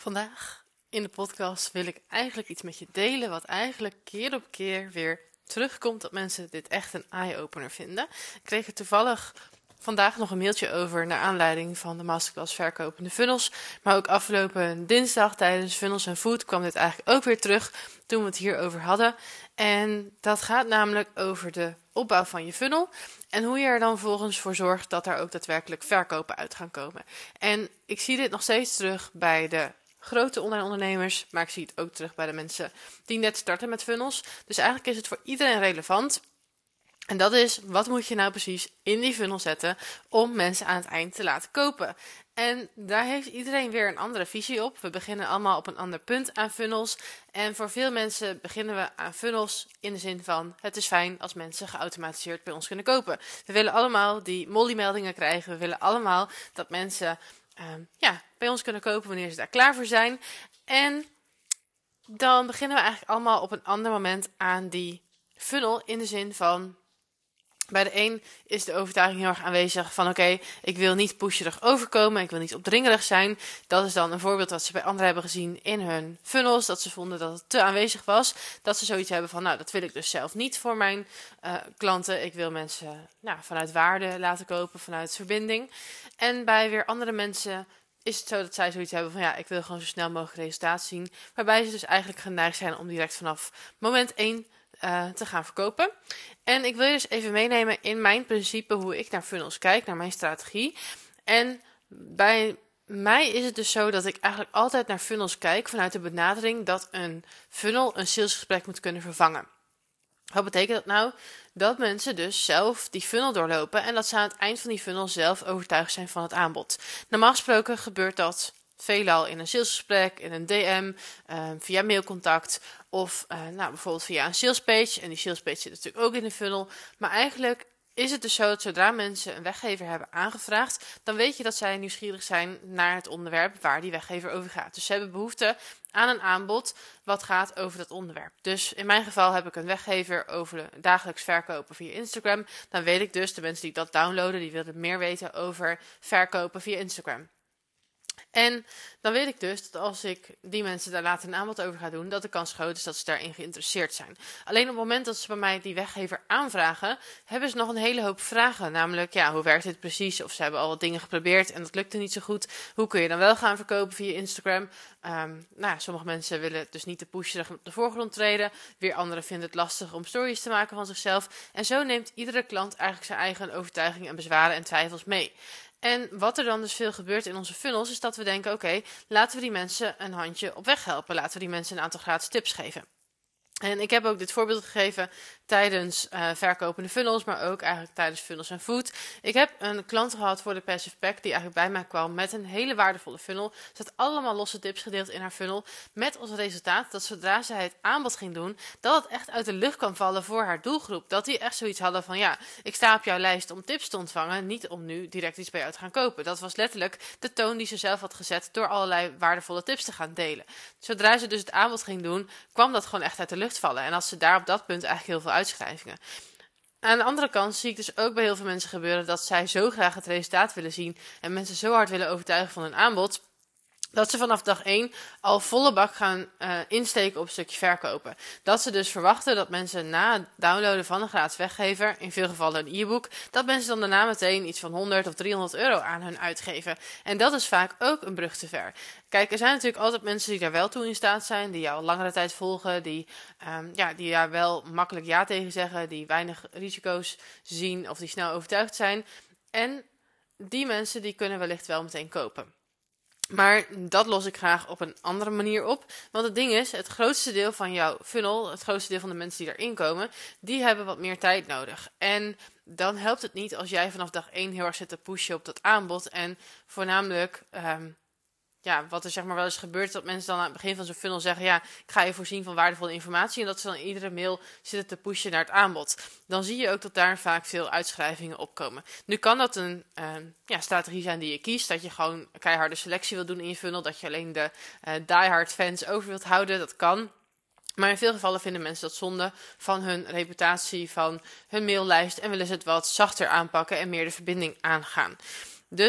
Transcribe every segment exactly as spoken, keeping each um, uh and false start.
Vandaag in de podcast wil ik eigenlijk iets met je delen wat eigenlijk keer op keer weer terugkomt dat mensen dit echt een eye-opener vinden. Ik kreeg er toevallig vandaag nog een mailtje over naar aanleiding van de masterclass Verkopende Funnels. Maar ook afgelopen dinsdag tijdens Funnels en Food kwam dit eigenlijk ook weer terug toen we het hierover hadden. En dat gaat namelijk over de opbouw van je funnel en hoe je er dan volgens voor zorgt dat er ook daadwerkelijk verkopen uit gaan komen. En ik zie dit nog steeds terug bij de grote online ondernemers, maar ik zie het ook terug bij de mensen die net starten met funnels. Dus eigenlijk is het voor iedereen relevant. En dat is, wat moet je nou precies in die funnel zetten om mensen aan het eind te laten kopen? En daar heeft iedereen weer een andere visie op. We beginnen allemaal op een ander punt aan funnels. En voor veel mensen beginnen we aan funnels in de zin van, het is fijn als mensen geautomatiseerd bij ons kunnen kopen. We willen allemaal die molly-meldingen krijgen. We willen allemaal dat mensen um, ja, bij ons kunnen kopen wanneer ze daar klaar voor zijn. En dan beginnen we eigenlijk allemaal op een ander moment aan die funnel in de zin van, bij de een is de overtuiging heel erg aanwezig van oké, okay, ik wil niet pusherig overkomen, ik wil niet opdringerig zijn. Dat is dan een voorbeeld wat ze bij anderen hebben gezien in hun funnels, dat ze vonden dat het te aanwezig was. Dat ze zoiets hebben van, nou, dat wil ik dus zelf niet voor mijn uh, klanten. Ik wil mensen nou, vanuit waarde laten kopen, vanuit verbinding. En bij weer andere mensen is het zo dat zij zoiets hebben van, ja, ik wil gewoon zo snel mogelijk resultaat zien. Waarbij ze dus eigenlijk geneigd zijn om direct vanaf moment één Uh, te gaan verkopen. En ik wil je dus even meenemen in mijn principe hoe ik naar funnels kijk, naar mijn strategie. En bij mij is het dus zo dat ik eigenlijk altijd naar funnels kijk vanuit de benadering dat een funnel een salesgesprek moet kunnen vervangen. Wat betekent dat nou? Dat mensen dus zelf die funnel doorlopen en dat ze aan het eind van die funnel zelf overtuigd zijn van het aanbod. Normaal gesproken gebeurt dat veelal in een salesgesprek, in een D M, uh, via mailcontact of uh, nou, bijvoorbeeld via een salespage. En die salespage zit natuurlijk ook in de funnel. Maar eigenlijk is het dus zo dat zodra mensen een weggever hebben aangevraagd, dan weet je dat zij nieuwsgierig zijn naar het onderwerp waar die weggever over gaat. Dus ze hebben behoefte aan een aanbod wat gaat over dat onderwerp. Dus in mijn geval heb ik een weggever over de dagelijks verkopen via Instagram. Dan weet ik dus, de mensen die dat downloaden, die willen meer weten over verkopen via Instagram. En dan weet ik dus dat als ik die mensen daar later een aanbod over ga doen, dat de kans groot is dat ze daarin geïnteresseerd zijn. Alleen op het moment dat ze bij mij die weggever aanvragen, hebben ze nog een hele hoop vragen. Namelijk, ja, hoe werkt dit precies? Of ze hebben al wat dingen geprobeerd en dat lukte niet zo goed. Hoe kun je dan wel gaan verkopen via Instagram? Um, nou, sommige mensen willen dus niet te pusherig op de voorgrond treden. Weer anderen vinden het lastig om stories te maken van zichzelf. En zo neemt iedere klant eigenlijk zijn eigen overtuigingen en bezwaren en twijfels mee. En wat er dan dus veel gebeurt in onze funnels, is dat we denken, oké, okay, laten we die mensen een handje op weg helpen. Laten we die mensen een aantal gratis tips geven. En ik heb ook dit voorbeeld gegeven tijdens uh, verkopende funnels, maar ook eigenlijk tijdens Funnels en Food. Ik heb een klant gehad voor de Passive Pack die eigenlijk bij mij kwam met een hele waardevolle funnel. Er zat allemaal losse tips gedeeld in haar funnel, met als resultaat dat zodra zij het aanbod ging doen, dat het echt uit de lucht kan vallen voor haar doelgroep. Dat die echt zoiets hadden van, ja, ik sta op jouw lijst om tips te ontvangen, niet om nu direct iets bij jou te gaan kopen. Dat was letterlijk de toon die ze zelf had gezet door allerlei waardevolle tips te gaan delen. Zodra ze dus het aanbod ging doen, kwam dat gewoon echt uit de lucht vallen. En als ze daar op dat punt eigenlijk heel veel uitschrijvingen. Aan de andere kant zie ik dus ook bij heel veel mensen gebeuren dat zij zo graag het resultaat willen zien en mensen zo hard willen overtuigen van hun aanbod, dat ze vanaf dag één al volle bak gaan uh, insteken op een stukje verkopen. Dat ze dus verwachten dat mensen na het downloaden van een gratis weggever, in veel gevallen een e-book, dat mensen dan daarna meteen iets van honderd of driehonderd euro aan hun uitgeven. En dat is vaak ook een brug te ver. Kijk, er zijn natuurlijk altijd mensen die daar wel toe in staat zijn, die jou al langere tijd volgen, die, um, ja, die daar wel makkelijk ja tegen zeggen, die weinig risico's zien of die snel overtuigd zijn. En die mensen die kunnen wellicht wel meteen kopen. Maar dat los ik graag op een andere manier op. Want het ding is, het grootste deel van jouw funnel, het grootste deel van de mensen die erin komen, die hebben wat meer tijd nodig. En dan helpt het niet als jij vanaf dag één heel erg zit te pushen op dat aanbod. En voornamelijk, um, ja, wat er zeg maar wel eens gebeurt, dat mensen dan aan het begin van zo'n funnel zeggen, ja, ik ga je voorzien van waardevolle informatie. En dat ze dan iedere mail zitten te pushen naar het aanbod. Dan zie je ook dat daar vaak veel uitschrijvingen opkomen. Nu kan dat een uh, ja, strategie zijn die je kiest. Dat je gewoon een keiharde selectie wil doen in je funnel. Dat je alleen de uh, diehard fans over wilt houden. Dat kan. Maar in veel gevallen vinden mensen dat zonde van hun reputatie, van hun maillijst. En willen ze het wat zachter aanpakken en meer de verbinding aangaan. Dus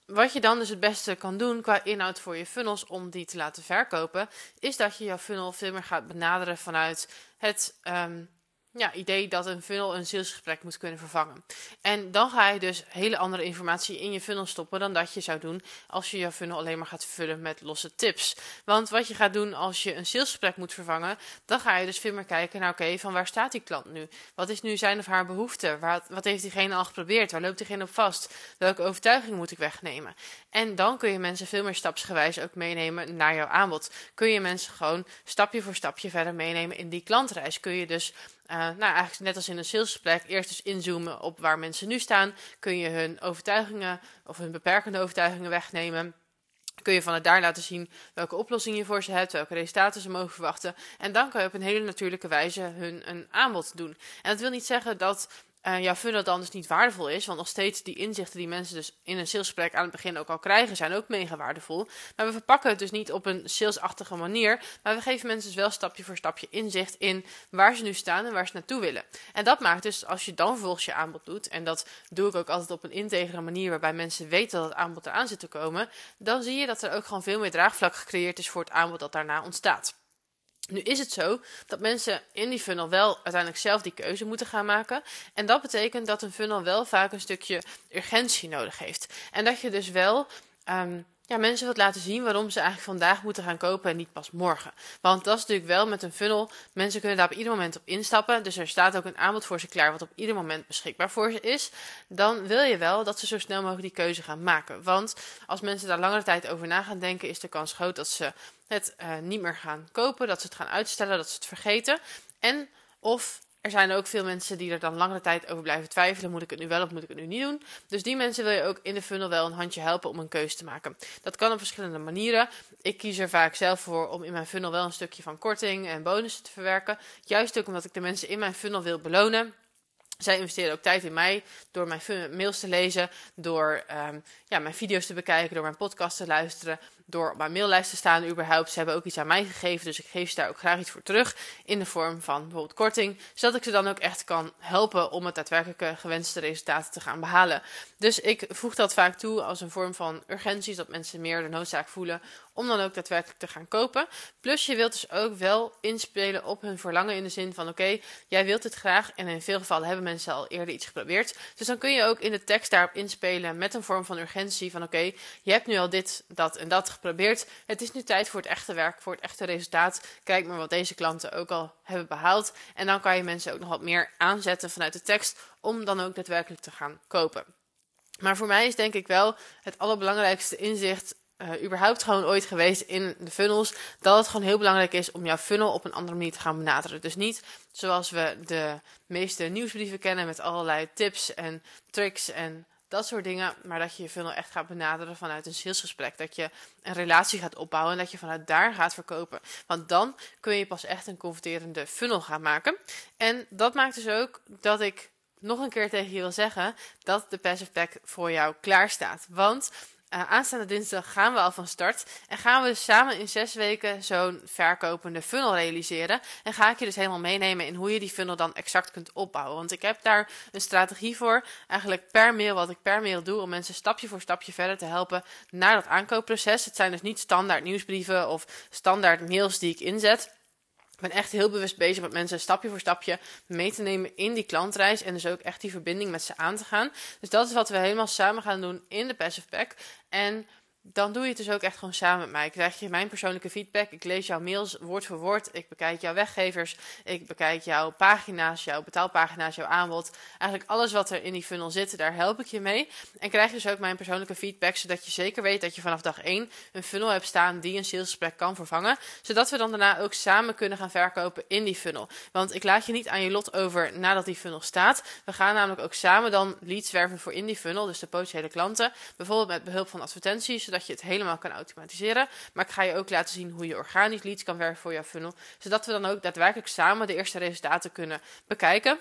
wat je dan dus het beste kan doen qua inhoud voor je funnels om die te laten verkopen, is dat je jouw funnel veel meer gaat benaderen vanuit het um, ja, idee dat een funnel een salesgesprek moet kunnen vervangen. En dan ga je dus hele andere informatie in je funnel stoppen dan dat je zou doen als je je funnel alleen maar gaat vullen met losse tips. Want wat je gaat doen als je een salesgesprek moet vervangen, dan ga je dus veel meer kijken naar oké, okay, van waar staat die klant nu? Wat is nu zijn of haar behoefte? Wat, wat heeft diegene al geprobeerd? Waar loopt diegene op vast? Welke overtuiging moet ik wegnemen? En dan kun je mensen veel meer stapsgewijs ook meenemen naar jouw aanbod. Kun je mensen gewoon stapje voor stapje verder meenemen in die klantreis. Kun je dus Uh, nou, eigenlijk net als in een salesgesprek, eerst dus inzoomen op waar mensen nu staan. Kun je hun overtuigingen of hun beperkende overtuigingen wegnemen. Kun je vanuit daar laten zien welke oplossing je voor ze hebt, welke resultaten ze mogen verwachten. En dan kan je op een hele natuurlijke wijze hun een aanbod doen. En dat wil niet zeggen dat Uh, jouw funnel dan dus niet waardevol is, want nog steeds die inzichten die mensen dus in een salesgesprek aan het begin ook al krijgen, zijn ook mega waardevol. Maar we verpakken het dus niet op een salesachtige manier, maar we geven mensen dus wel stapje voor stapje inzicht in waar ze nu staan en waar ze naartoe willen. En dat maakt dus, als je dan vervolgens je aanbod doet, en dat doe ik ook altijd op een integere manier waarbij mensen weten dat het aanbod eraan zit te komen, dan zie je dat er ook gewoon veel meer draagvlak gecreëerd is voor het aanbod dat daarna ontstaat. Nu is het zo dat mensen in die funnel wel uiteindelijk zelf die keuze moeten gaan maken. En dat betekent dat een funnel wel vaak een stukje urgentie nodig heeft. En dat je dus wel um, ja, mensen wilt laten zien waarom ze eigenlijk vandaag moeten gaan kopen en niet pas morgen. Want dat is natuurlijk wel met een funnel. Mensen kunnen daar op ieder moment op instappen. Dus er staat ook een aanbod voor ze klaar wat op ieder moment beschikbaar voor ze is. Dan wil je wel dat ze zo snel mogelijk die keuze gaan maken. Want als mensen daar langere tijd over na gaan denken, is de kans groot dat ze het uh, niet meer gaan kopen, dat ze het gaan uitstellen, dat ze het vergeten. En of er zijn ook veel mensen die er dan langere tijd over blijven twijfelen. Moet ik het nu wel of moet ik het nu niet doen? Dus die mensen wil je ook in de funnel wel een handje helpen om een keuze te maken. Dat kan op verschillende manieren. Ik kies er vaak zelf voor om in mijn funnel wel een stukje van korting en bonussen te verwerken. Juist ook omdat ik de mensen in mijn funnel wil belonen. Zij investeren ook tijd in mij door mijn mails te lezen, door um, ja, mijn video's te bekijken, door mijn podcast te luisteren, door op mijn maillijst te staan überhaupt. Ze hebben ook iets aan mij gegeven, dus ik geef ze daar ook graag iets voor terug in de vorm van bijvoorbeeld korting, zodat ik ze dan ook echt kan helpen om het daadwerkelijke gewenste resultaten te gaan behalen. Dus ik voeg dat vaak toe als een vorm van urgentie, zodat mensen meer de noodzaak voelen om dan ook daadwerkelijk te gaan kopen. Plus je wilt dus ook wel inspelen op hun verlangen in de zin van oké, okay, jij wilt het graag en in veel gevallen hebben mensen al eerder iets geprobeerd. Dus dan kun je ook in de tekst daarop inspelen met een vorm van urgentie van oké, okay, je hebt nu al dit, dat en dat geprobeerd. Het is nu tijd voor het echte werk, voor het echte resultaat. Kijk maar wat deze klanten ook al hebben behaald. En dan kan je mensen ook nog wat meer aanzetten vanuit de tekst om dan ook daadwerkelijk te gaan kopen. Maar voor mij is denk ik wel het allerbelangrijkste inzicht Uh, überhaupt gewoon ooit geweest in de funnels, dat het gewoon heel belangrijk is om jouw funnel op een andere manier te gaan benaderen. Dus niet zoals we de meeste nieuwsbrieven kennen met allerlei tips en tricks en dat soort dingen, maar dat je je funnel echt gaat benaderen vanuit een salesgesprek. Dat je een relatie gaat opbouwen en dat je vanuit daar gaat verkopen. Want dan kun je pas echt een converterende funnel gaan maken. En dat maakt dus ook dat ik nog een keer tegen je wil zeggen dat de Passive Pack voor jou klaar staat. Want Uh, aanstaande dinsdag gaan we al van start en gaan we samen in zes weken zo'n verkopende funnel realiseren. En ga ik je dus helemaal meenemen in hoe je die funnel dan exact kunt opbouwen. Want ik heb daar een strategie voor, eigenlijk per mail, wat ik per mail doe, om mensen stapje voor stapje verder te helpen naar dat aankoopproces. Het zijn dus niet standaard nieuwsbrieven of standaard mails die ik inzet. Ik ben echt heel bewust bezig met mensen stapje voor stapje mee te nemen in die klantreis. En dus ook echt die verbinding met ze aan te gaan. Dus dat is wat we helemaal samen gaan doen in de Passive Pack. En dan doe je het dus ook echt gewoon samen met mij. Ik krijg je mijn persoonlijke feedback. Ik lees jouw mails woord voor woord. Ik bekijk jouw weggevers. Ik bekijk jouw pagina's, jouw betaalpagina's, jouw aanbod. Eigenlijk alles wat er in die funnel zit, daar help ik je mee. En krijg je dus ook mijn persoonlijke feedback, zodat je zeker weet dat je vanaf dag één een funnel hebt staan die een salesgesprek kan vervangen. Zodat we dan daarna ook samen kunnen gaan verkopen in die funnel. Want ik laat je niet aan je lot over nadat die funnel staat. We gaan namelijk ook samen dan leads werven voor in die funnel. Dus de potentiële klanten. Bijvoorbeeld met behulp van advertenties, zodat je het helemaal kan automatiseren. Maar ik ga je ook laten zien hoe je organisch leads kan werven voor jouw funnel. Zodat we dan ook daadwerkelijk samen de eerste resultaten kunnen bekijken.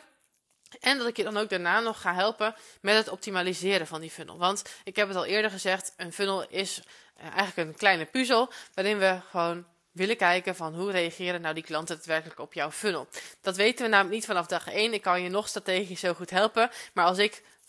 En dat ik je dan ook daarna nog ga helpen met het optimaliseren van die funnel. Want ik heb het al eerder gezegd, een funnel is uh, eigenlijk een kleine puzzel waarin we gewoon willen kijken van hoe reageren nou die klanten daadwerkelijk op jouw funnel. Dat weten we namelijk niet vanaf dag één. Ik kan je nog strategisch zo goed helpen, maar als ik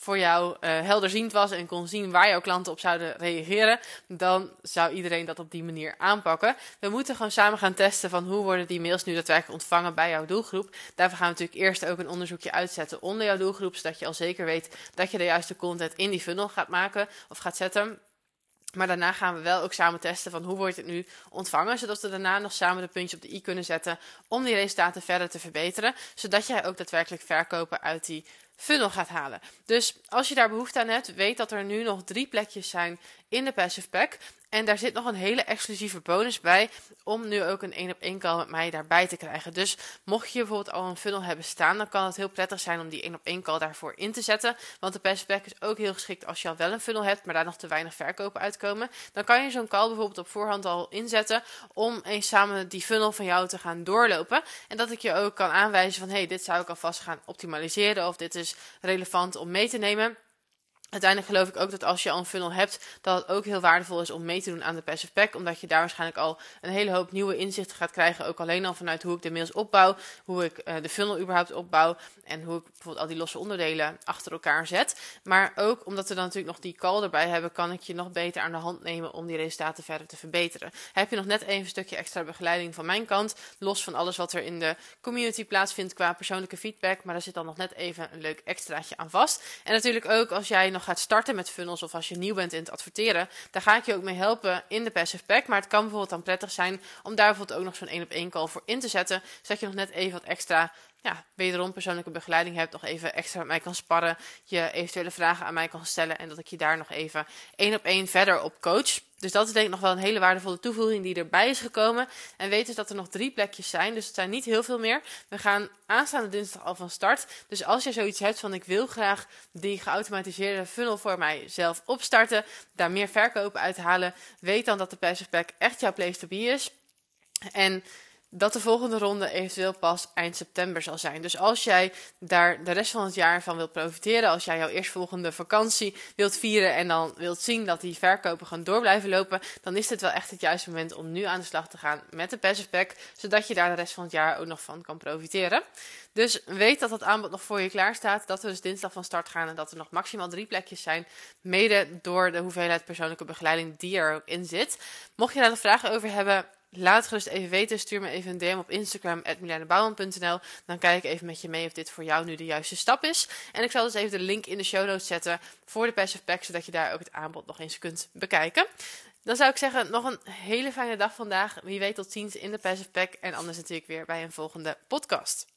voor jou uh, helderziend was en kon zien waar jouw klanten op zouden reageren, dan zou iedereen dat op die manier aanpakken. We moeten gewoon samen gaan testen van hoe worden die mails nu daadwerkelijk ontvangen bij jouw doelgroep. Daarvoor gaan we natuurlijk eerst ook een onderzoekje uitzetten onder jouw doelgroep, zodat je al zeker weet dat je de juiste content in die funnel gaat maken of gaat zetten. Maar daarna gaan we wel ook samen testen van hoe wordt het nu ontvangen, zodat we daarna nog samen de puntje op de i kunnen zetten om die resultaten verder te verbeteren, zodat jij ook daadwerkelijk verkopen uit die funnel gaat halen. Dus als je daar behoefte aan hebt, weet dat er nu nog drie plekjes zijn in de Passive Pack. En daar zit nog een hele exclusieve bonus bij om nu ook een één op één call met mij daarbij te krijgen. Dus mocht je bijvoorbeeld al een funnel hebben staan, dan kan het heel prettig zijn om die één op één call daarvoor in te zetten. Want de Passive Pack is ook heel geschikt als je al wel een funnel hebt, maar daar nog te weinig verkopen uitkomen. Dan kan je zo'n call bijvoorbeeld op voorhand al inzetten om eens samen die funnel van jou te gaan doorlopen. En dat ik je ook kan aanwijzen van hey, dit zou ik alvast gaan optimaliseren of dit is relevant om mee te nemen. Uiteindelijk geloof ik ook dat als je al een funnel hebt, dat het ook heel waardevol is om mee te doen aan de Passive Pack. Omdat je daar waarschijnlijk al een hele hoop nieuwe inzichten gaat krijgen. Ook alleen al vanuit hoe ik de mails opbouw, hoe ik uh, de funnel überhaupt opbouw. En hoe ik bijvoorbeeld al die losse onderdelen achter elkaar zet. Maar ook omdat we dan natuurlijk nog die call erbij hebben, kan ik je nog beter aan de hand nemen om die resultaten verder te verbeteren. Heb je nog net even een stukje extra begeleiding van mijn kant. Los van alles wat er in de community plaatsvindt qua persoonlijke feedback. Maar daar zit dan nog net even een leuk extraatje aan vast. En natuurlijk ook als jij nog gaat starten met funnels of als je nieuw bent in het adverteren, daar ga ik je ook mee helpen in de Passive Pack. Maar het kan bijvoorbeeld dan prettig zijn om daar bijvoorbeeld ook nog zo'n één op één call voor in te zetten, zodat je nog net even wat extra, ja, wederom persoonlijke begeleiding hebt, nog even extra met mij kan sparren, je eventuele vragen aan mij kan stellen en dat ik je daar nog even één op één verder op coach. Dus dat is denk ik nog wel een hele waardevolle toevoeging die erbij is gekomen. En weet dus dat er nog drie plekjes zijn, dus het zijn niet heel veel meer. We gaan aanstaande dinsdag al van start. Dus als je zoiets hebt van ik wil graag die geautomatiseerde funnel voor mijzelf opstarten, daar meer verkopen uithalen, weet dan dat de Passive Pack echt jouw place to be is. En dat de volgende ronde eventueel pas eind september zal zijn. Dus als jij daar de rest van het jaar van wilt profiteren, als jij jouw eerstvolgende vakantie wilt vieren en dan wilt zien dat die verkopen gewoon door blijven lopen, dan is dit wel echt het juiste moment om nu aan de slag te gaan met de Passive Pack, zodat je daar de rest van het jaar ook nog van kan profiteren. Dus weet dat dat aanbod nog voor je klaar staat, dat we dus dinsdag van start gaan en dat er nog maximaal drie plekjes zijn, mede door de hoeveelheid persoonlijke begeleiding die er ook in zit. Mocht je daar nog vragen over hebben, laat het gerust even weten. Stuur me even een D M op Instagram at milena bouwman punt n l. Dan kijk ik even met je mee of dit voor jou nu de juiste stap is. En ik zal dus even de link in de show notes zetten voor de Passive Pack, zodat je daar ook het aanbod nog eens kunt bekijken. Dan zou ik zeggen, nog een hele fijne dag vandaag. Wie weet tot ziens in de Passive Pack. En anders natuurlijk weer bij een volgende podcast.